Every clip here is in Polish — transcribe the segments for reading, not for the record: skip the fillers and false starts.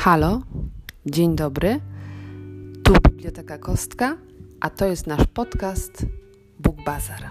Halo, dzień dobry, tu Biblioteka Kostka, a to jest nasz podcast Book Bazar.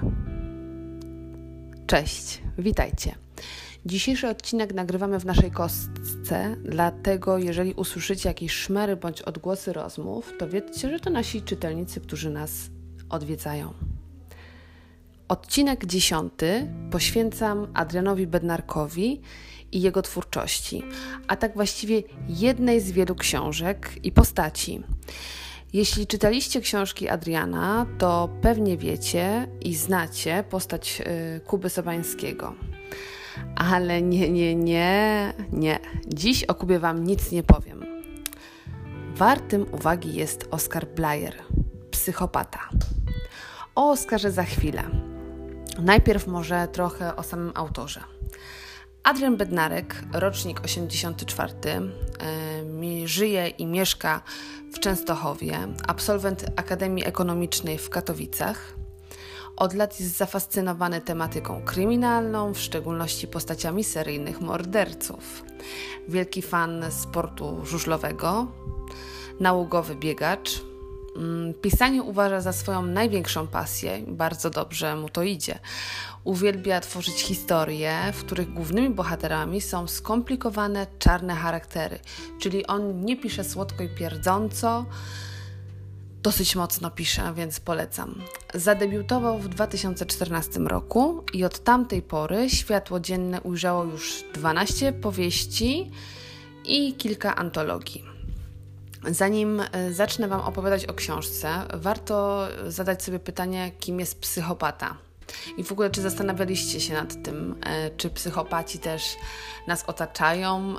Cześć, witajcie. Dzisiejszy odcinek nagrywamy w naszej kostce, dlatego jeżeli usłyszycie jakieś szmery bądź odgłosy rozmów, to wiedzcie, że to nasi czytelnicy, którzy nas odwiedzają. Odcinek 10 poświęcam Adrianowi Bednarkowi i jego twórczości, a tak właściwie jednej z wielu książek i postaci. Jeśli czytaliście książki Adriana, to pewnie wiecie i znacie postać Kuby Sobańskiego. Ale nie. Dziś o Kubie Wam nic nie powiem. Wartym uwagi jest Oskar Bleier, psychopata. O Oskarze za chwilę. Najpierw może trochę o samym autorze. Adrian Bednarek, rocznik 84, żyje i mieszka w Częstochowie, absolwent Akademii Ekonomicznej w Katowicach. Od lat jest zafascynowany tematyką kryminalną, w szczególności postaciami seryjnych morderców. Wielki fan sportu żużlowego, nałogowy biegacz. Pisanie uważa za swoją największą pasję, bardzo dobrze mu to idzie. Uwielbia tworzyć historie, w których głównymi bohaterami są skomplikowane, czarne charaktery, czyli on nie pisze słodko i pierdząco, dosyć mocno pisze, więc polecam. Zadebiutował w 2014 roku i od tamtej pory światło dzienne ujrzało już 12 powieści i kilka antologii. Zanim zacznę Wam opowiadać o książce, warto zadać sobie pytanie, kim jest psychopata. I w ogóle, czy zastanawialiście się nad tym, czy psychopaci też nas otaczają,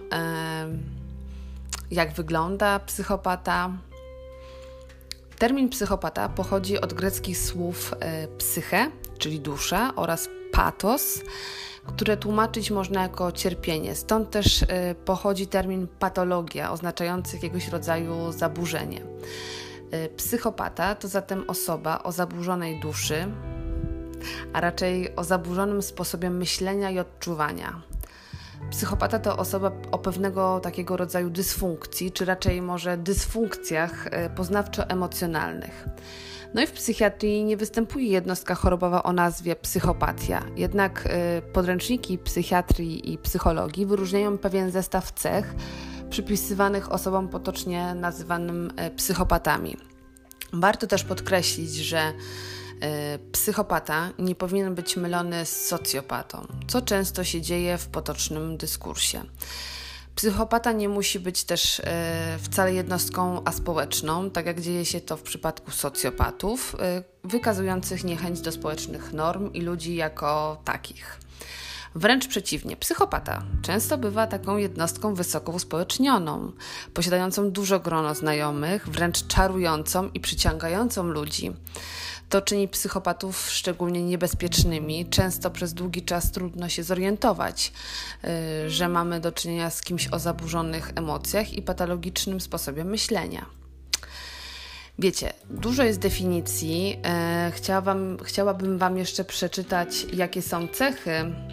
jak wygląda psychopata. Termin psychopata pochodzi od greckich słów psyche, czyli dusza, oraz patos, które tłumaczyć można jako cierpienie. Stąd też pochodzi termin patologia, oznaczający jakiegoś rodzaju zaburzenie. Psychopata to zatem osoba o zaburzonej duszy, a raczej o zaburzonym sposobie myślenia i odczuwania. Psychopata to osoba o pewnego takiego rodzaju dysfunkcji, czy raczej może dysfunkcjach poznawczo-emocjonalnych. No i w psychiatrii nie występuje jednostka chorobowa o nazwie psychopatia. Jednak podręczniki psychiatrii i psychologii wyróżniają pewien zestaw cech przypisywanych osobom potocznie nazywanym psychopatami. Warto też podkreślić, że psychopata nie powinien być mylony z socjopatą, co często się dzieje w potocznym dyskursie. Psychopata nie musi być też wcale jednostką aspołeczną, tak jak dzieje się to w przypadku socjopatów, wykazujących niechęć do społecznych norm i ludzi jako takich. Wręcz przeciwnie, psychopata często bywa taką jednostką wysoko uspołecznioną, posiadającą dużo grono znajomych, wręcz czarującą i przyciągającą ludzi. To czyni psychopatów szczególnie niebezpiecznymi. Często przez długi czas trudno się zorientować, że mamy do czynienia z kimś o zaburzonych emocjach i patologicznym sposobie myślenia. Wiecie, dużo jest definicji. Chciałabym Wam jeszcze przeczytać, jakie są cechy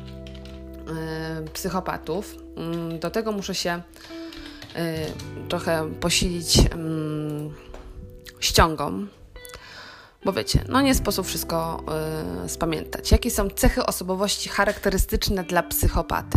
psychopatów. Do tego muszę się trochę posilić ściągą. Bo wiecie, nie sposób wszystko spamiętać. Jakie są cechy osobowości charakterystyczne dla psychopaty?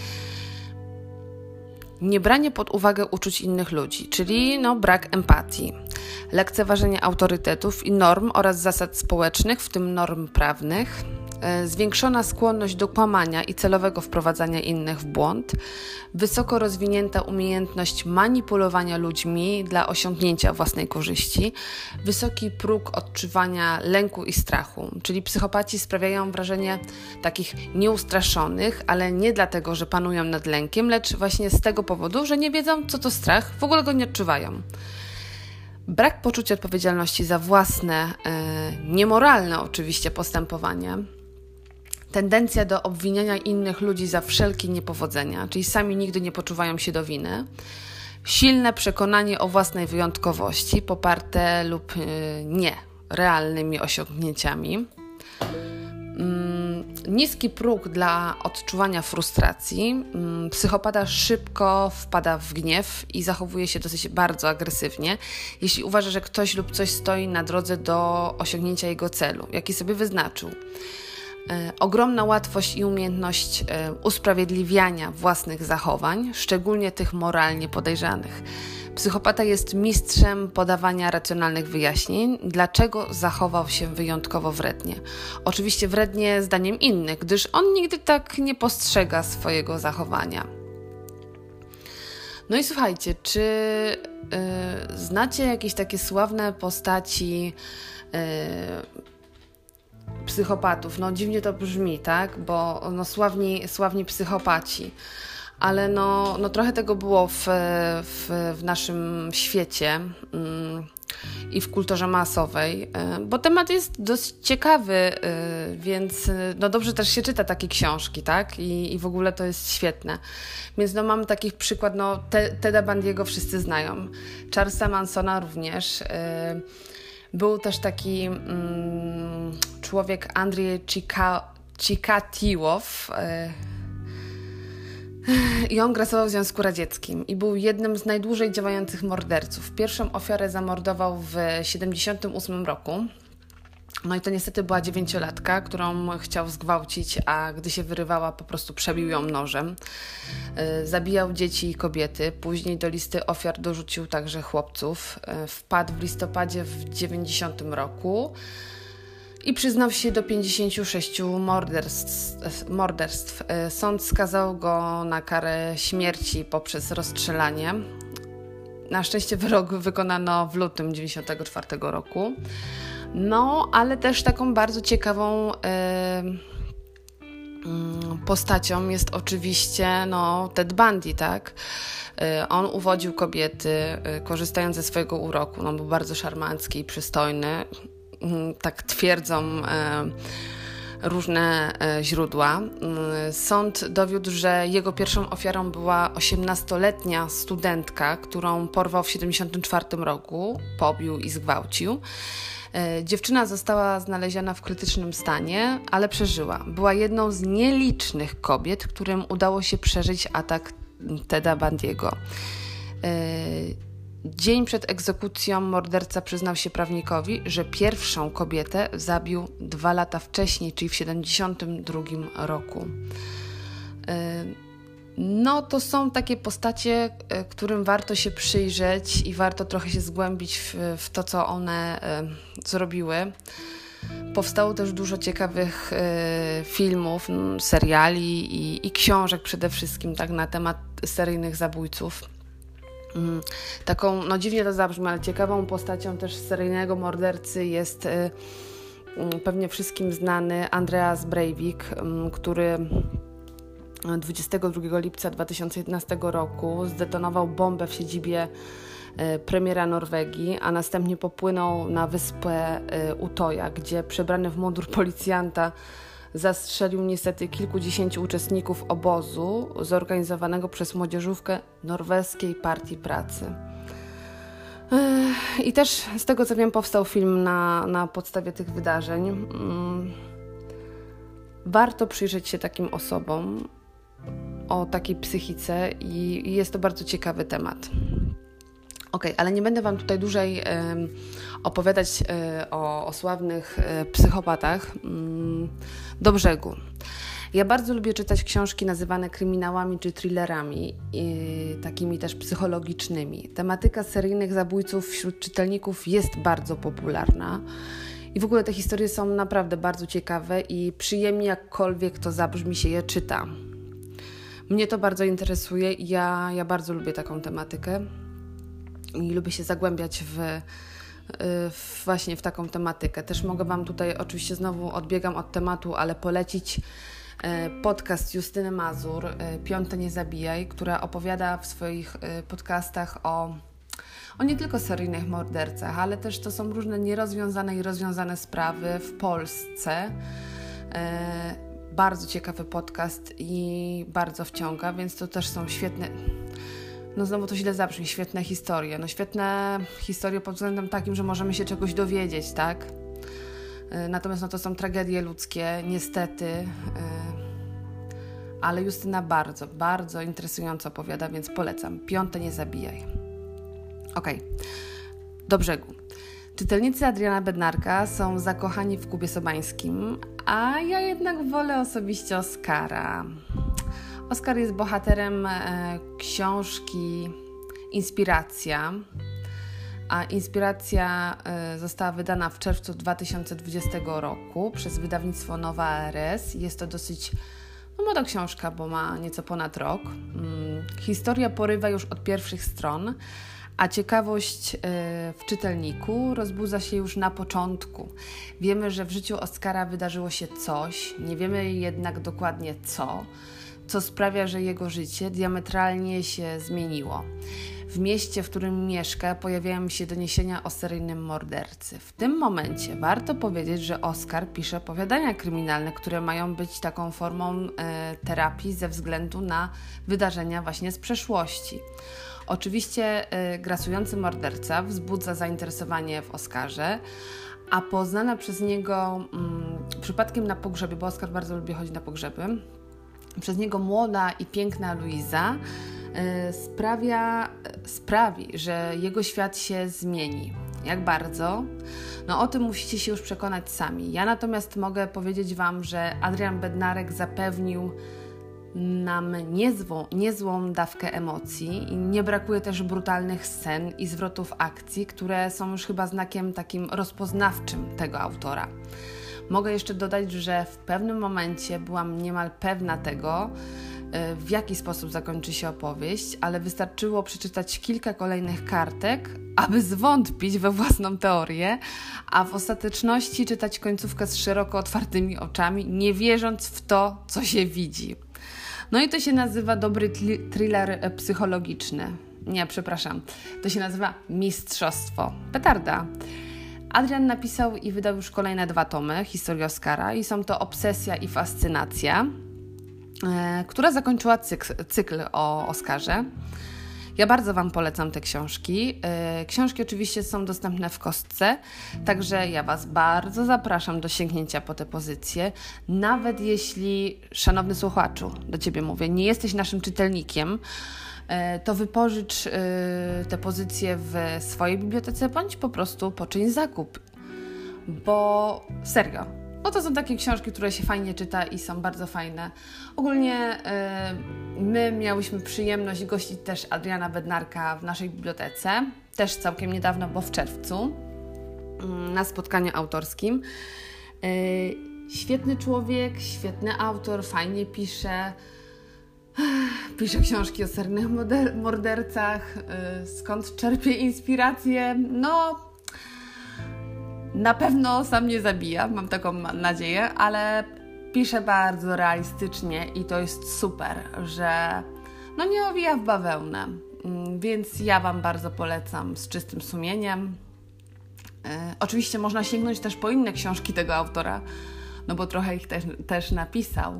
Niebranie pod uwagę uczuć innych ludzi, czyli brak empatii, lekceważenie autorytetów i norm oraz zasad społecznych, w tym norm prawnych, zwiększona skłonność do kłamania i celowego wprowadzania innych w błąd, wysoko rozwinięta umiejętność manipulowania ludźmi dla osiągnięcia własnej korzyści, wysoki próg odczuwania lęku i strachu, czyli psychopaci sprawiają wrażenie takich nieustraszonych, ale nie dlatego, że panują nad lękiem, lecz właśnie z tego powodu, że nie wiedzą, co to strach, w ogóle go nie odczuwają. Brak poczucia odpowiedzialności za własne, niemoralne oczywiście postępowanie, tendencja do obwiniania innych ludzi za wszelkie niepowodzenia, czyli sami nigdy nie poczuwają się do winy, silne przekonanie o własnej wyjątkowości poparte lub nie realnymi osiągnięciami, Niski próg dla odczuwania frustracji. Psychopata szybko wpada w gniew i zachowuje się dosyć bardzo agresywnie, jeśli uważa, że ktoś lub coś stoi na drodze do osiągnięcia jego celu, jaki sobie wyznaczył. Ogromna łatwość i umiejętność usprawiedliwiania własnych zachowań, szczególnie tych moralnie podejrzanych. Psychopata jest mistrzem podawania racjonalnych wyjaśnień, dlaczego zachował się wyjątkowo wrednie. Oczywiście wrednie zdaniem innych, gdyż on nigdy tak nie postrzega swojego zachowania. No i słuchajcie, czy znacie jakieś takie sławne postaci psychopatów? No dziwnie to brzmi, tak? Bo sławni psychopaci. Ale no trochę tego było w naszym świecie i w kulturze masowej, bo temat jest dość ciekawy, więc no dobrze też się czyta takie książki, tak? I w ogóle to jest świetne. Więc no mam taki przykład, no Teda Bundy'ego wszyscy znają, Charlesa Mansona również. Był też taki człowiek Andrzej Chikatilo, i on grasował w Związku Radzieckim i był jednym z najdłużej działających morderców. Pierwszą ofiarę zamordował w 1978 roku. No i to niestety była 9-latka, którą chciał zgwałcić, a gdy się wyrywała, po prostu przebił ją nożem. Zabijał dzieci i kobiety. Później do listy ofiar dorzucił także chłopców. Wpadł w listopadzie w 90 roku. I przyznał się do 56 morderstw. Sąd skazał go na karę śmierci poprzez rozstrzelanie. Na szczęście wyrok wykonano w lutym 1994 roku. No, ale też taką bardzo ciekawą postacią jest oczywiście Ted Bundy, tak? On uwodził kobiety, korzystając ze swojego uroku. No, był bardzo szarmancki i przystojny. Tak twierdzą różne źródła. Sąd dowiódł, że jego pierwszą ofiarą była 18-letnia studentka, którą porwał w 1974 roku, pobił i zgwałcił. Dziewczyna została znaleziona w krytycznym stanie, ale przeżyła. Była jedną z nielicznych kobiet, którym udało się przeżyć atak Teda Bundy'ego. Dzień przed egzekucją morderca przyznał się prawnikowi, że pierwszą kobietę zabił 2 lata wcześniej, czyli w 1972 roku. No to są takie postacie, którym warto się przyjrzeć i warto trochę się zgłębić w to, co one zrobiły. Powstało też dużo ciekawych filmów, seriali i książek przede wszystkim tak na temat seryjnych zabójców. Taką, dziwnie to zabrzmi, ale ciekawą postacią też seryjnego mordercy jest pewnie wszystkim znany Andreas Breivik, który 22 lipca 2011 roku zdetonował bombę w siedzibie premiera Norwegii, a następnie popłynął na wyspę Utoja, gdzie przebrany w mundur policjanta zastrzelił niestety kilkudziesięciu uczestników obozu zorganizowanego przez młodzieżówkę Norweskiej Partii Pracy. I też z tego co wiem powstał film na podstawie tych wydarzeń. Warto przyjrzeć się takim osobom, o takiej psychice i jest to bardzo ciekawy temat. Ale nie będę Wam tutaj dłużej opowiadać o sławnych psychopatach. Do brzegu. Ja bardzo lubię czytać książki nazywane kryminałami czy thrillerami, takimi też psychologicznymi. Tematyka seryjnych zabójców wśród czytelników jest bardzo popularna i w ogóle te historie są naprawdę bardzo ciekawe i przyjemnie jakkolwiek to zabrzmi się je czyta. Mnie to bardzo interesuje i ja bardzo lubię taką tematykę i lubię się zagłębiać właśnie w taką tematykę. Też mogę Wam tutaj, oczywiście znowu odbiegam od tematu, ale polecić podcast Justyny Mazur, Piąte nie zabijaj, która opowiada w swoich podcastach o nie tylko seryjnych mordercach, ale też to są różne nierozwiązane i rozwiązane sprawy w Polsce. Bardzo ciekawy podcast i bardzo wciąga, więc to też są świetne, znowu to źle zabrzmi, świetne historie. Świetne historie pod względem takim, że możemy się czegoś dowiedzieć, tak? Natomiast to są tragedie ludzkie, niestety, ale Justyna bardzo, bardzo interesująco opowiada, więc polecam. 5. Nie zabijaj. Okej, do brzegu. Czytelnicy Adriana Bednarka są zakochani w Kubie Sobańskim, a ja jednak wolę osobiście Oskara. Oskar jest bohaterem książki Inspiracja, a Inspiracja została wydana w czerwcu 2020 roku przez wydawnictwo Nowa ARS. Jest to dosyć młoda książka, bo ma nieco ponad rok. Historia porywa już od pierwszych stron, a ciekawość w czytelniku rozbudza się już na początku. Wiemy, że w życiu Oskara wydarzyło się coś, nie wiemy jednak dokładnie co sprawia, że jego życie diametralnie się zmieniło. W mieście, w którym mieszka, pojawiają się doniesienia o seryjnym mordercy. W tym momencie warto powiedzieć, że Oskar pisze opowiadania kryminalne, które mają być taką formą terapii ze względu na wydarzenia właśnie z przeszłości. Oczywiście grasujący morderca wzbudza zainteresowanie w Oskarze, a poznana przez niego przypadkiem na pogrzebie, bo Oskar bardzo lubi chodzić na pogrzeby, przez niego młoda i piękna Luiza sprawi, że jego świat się zmieni. Jak bardzo? O tym musicie się już przekonać sami. Ja natomiast mogę powiedzieć Wam, że Adrian Bednarek zapewnił nam niezłą dawkę emocji i nie brakuje też brutalnych scen i zwrotów akcji, które są już chyba znakiem takim rozpoznawczym tego autora. Mogę jeszcze dodać, że w pewnym momencie byłam niemal pewna tego, w jaki sposób zakończy się opowieść, ale wystarczyło przeczytać kilka kolejnych kartek, aby zwątpić we własną teorię, a w ostateczności czytać końcówkę z szeroko otwartymi oczami, nie wierząc w to, co się widzi. I to się nazywa dobry thriller psychologiczny. Nie, przepraszam. To się nazywa mistrzostwo. Petarda. Adrian napisał i wydał już kolejne 2 tomy historii Oskara i są to Obsesja i Fascynacja, która zakończyła cykl o Oskarze. Ja bardzo Wam polecam te książki. Książki oczywiście są dostępne w kostce, także ja Was bardzo zapraszam do sięgnięcia po te pozycje. Nawet jeśli, szanowny słuchaczu, do Ciebie mówię, nie jesteś naszym czytelnikiem, to wypożycz te pozycje w swojej bibliotece, bądź po prostu poczyń zakup. Bo serio, to są takie książki, które się fajnie czyta i są bardzo fajne. Ogólnie my miałyśmy przyjemność gościć też Adriana Bednarka w naszej bibliotece, też całkiem niedawno, bo w czerwcu, na spotkaniu autorskim. Świetny człowiek, świetny autor, fajnie pisze. Pisze książki o seryjnych mordercach. Skąd czerpie inspirację? Na pewno sam nie zabija, mam taką nadzieję, ale pisze bardzo realistycznie i to jest super, że nie owija w bawełnę. Więc ja Wam bardzo polecam z czystym sumieniem. Oczywiście można sięgnąć też po inne książki tego autora, bo trochę ich też napisał.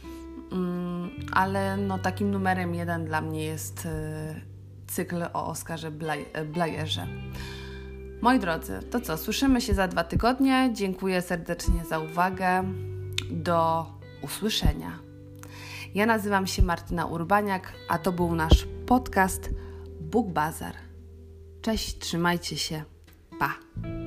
Ale takim numerem 1 dla mnie jest cykl o Oskarze Blajerze. Moi drodzy, to co? Słyszymy się za 2 tygodnie. Dziękuję serdecznie za uwagę. Do usłyszenia. Ja nazywam się Martyna Urbaniak, a to był nasz podcast Book Bazar. Cześć, trzymajcie się. Pa!